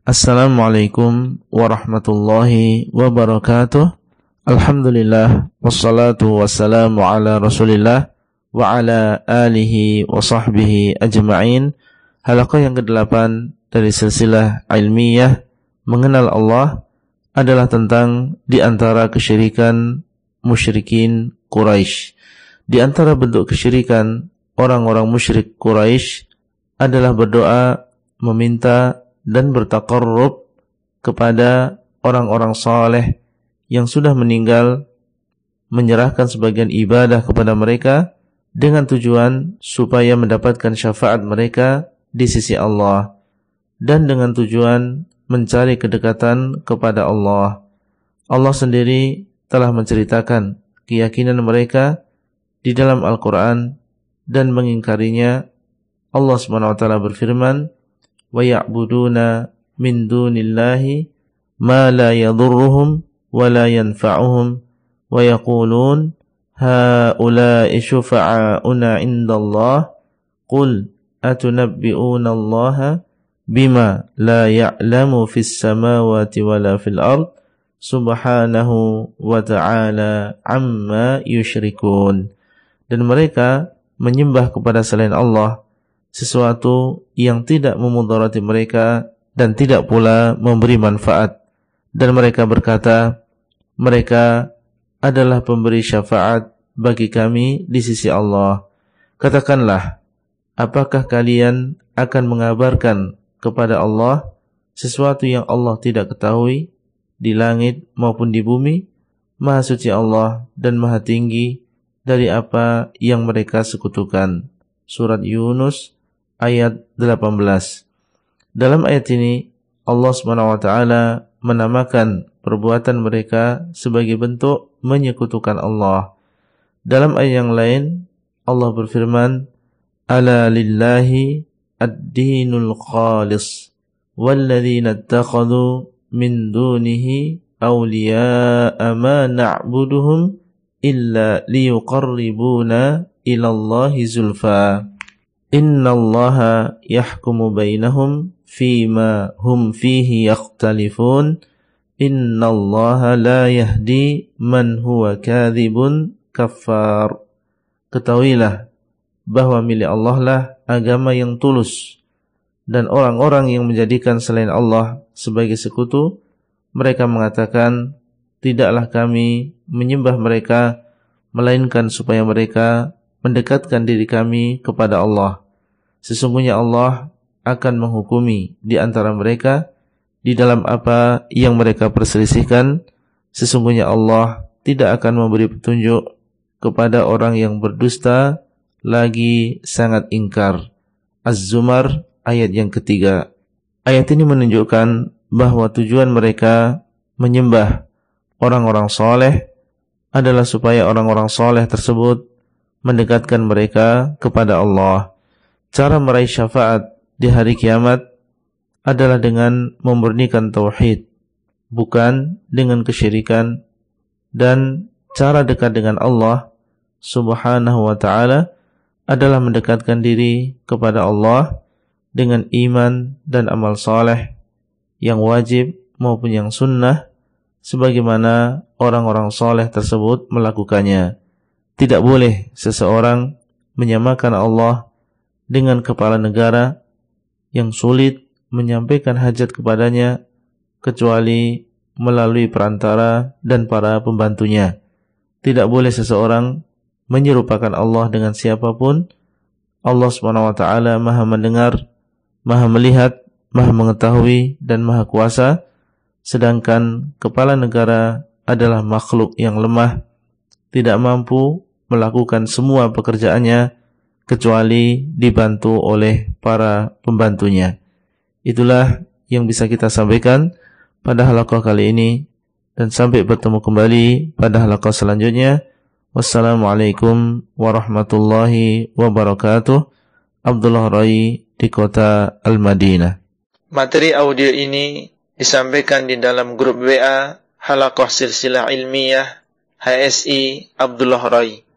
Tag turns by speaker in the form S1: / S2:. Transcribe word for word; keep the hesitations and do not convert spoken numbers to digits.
S1: Assalamualaikum warahmatullahi wabarakatuh. Alhamdulillah wassalatu wassalamu ala Rasulillah wa ala alihi wa sahbihi ajma'in. Halaqah yang kedelapan dari silsilah ilmiah mengenal Allah adalah tentang di antara kesyirikan musyrikin Quraisy. Di antara bentuk kesyirikan orang-orang musyrik Quraisy adalah berdoa, meminta dan bertaqarrub kepada orang-orang saleh yang sudah meninggal, menyerahkan sebagian ibadah kepada mereka dengan tujuan supaya mendapatkan syafaat mereka di sisi Allah dan dengan tujuan mencari kedekatan kepada Allah. Allah sendiri telah menceritakan keyakinan mereka di dalam Al-Quran dan mengingkarinya. Allah subhanahu wa taala berfirman, wa ya'buduna min dunillahi ma la yadurruhum wa la yanfa'uhum wa yaqulun haula'i syufa'auna 'indallah qul atunabbi'una allaha bima la ya'lamu fis samawati wa la fil ard subhanahu wa ta'ala amma yusyrikun. Dan mereka menyembah kepada selain Allah sesuatu yang tidak memudarati mereka dan tidak pula memberi manfaat. Dan mereka berkata, mereka adalah pemberi syafaat bagi kami di sisi Allah. Katakanlah, apakah kalian akan mengabarkan kepada Allah sesuatu yang Allah tidak ketahui di langit maupun di bumi? Maha suci Allah dan maha tinggi dari apa yang mereka sekutukan. Surat Yunus ayat delapan belas. Dalam ayat ini Allah subhanahu wa taala menamakan perbuatan mereka sebagai bentuk menyekutukan Allah. Dalam ayat yang lain Allah berfirman, ala lillahi ad-dinul khalis walladzina ittakhadhu min dunihi awliya'a ma na'buduhum illa liyuqarribuna ila Allahi zulfa innallaha yahkumu bainahum fima hum fihi yakhtalifun innallaha la yahdi man huwa kadhibun kafar. Ketahuilah bahwa milik Allah lah agama yang tulus, dan orang-orang yang menjadikan selain Allah sebagai sekutu, mereka mengatakan, tidaklah kami menyembah mereka melainkan supaya mereka mendekatkan diri kami kepada Allah. Sesungguhnya Allah akan menghukumi di antara mereka di dalam apa yang mereka perselisihkan. Sesungguhnya Allah tidak akan memberi petunjuk kepada orang yang berdusta lagi sangat ingkar. Az-Zumar ayat yang ketiga. Ayat ini menunjukkan bahwa tujuan mereka menyembah orang-orang soleh adalah supaya orang-orang soleh tersebut mendekatkan mereka kepada Allah. Cara meraih syafaat di hari kiamat adalah dengan memurnikan tauhid, bukan dengan kesyirikan. Dan cara dekat dengan Allah subhanahu wa ta'ala adalah mendekatkan diri kepada Allah dengan iman dan amal saleh yang wajib maupun yang sunnah, sebagaimana orang-orang saleh tersebut melakukannya. Tidak boleh seseorang menyamakan Allah dengan kepala negara yang sulit menyampaikan hajat kepadanya kecuali melalui perantara dan para pembantunya. Tidak boleh seseorang menyerupakan Allah dengan siapapun. Allah subhanahu wa ta'ala maha mendengar, maha melihat, maha mengetahui dan maha kuasa. Sedangkan kepala negara adalah makhluk yang lemah, tidak mampu melakukan semua pekerjaannya kecuali dibantu oleh para pembantunya. Itulah yang bisa kita sampaikan pada halaqah kali ini, dan sampai bertemu kembali pada halaqah selanjutnya. Wassalamualaikum warahmatullahi wabarakatuh. Abdullah Rai di kota Al-Madinah.
S2: Materi audio ini disampaikan di dalam grup W A Halaqah Silsilah Ilmiah H S I Abdullah Rai.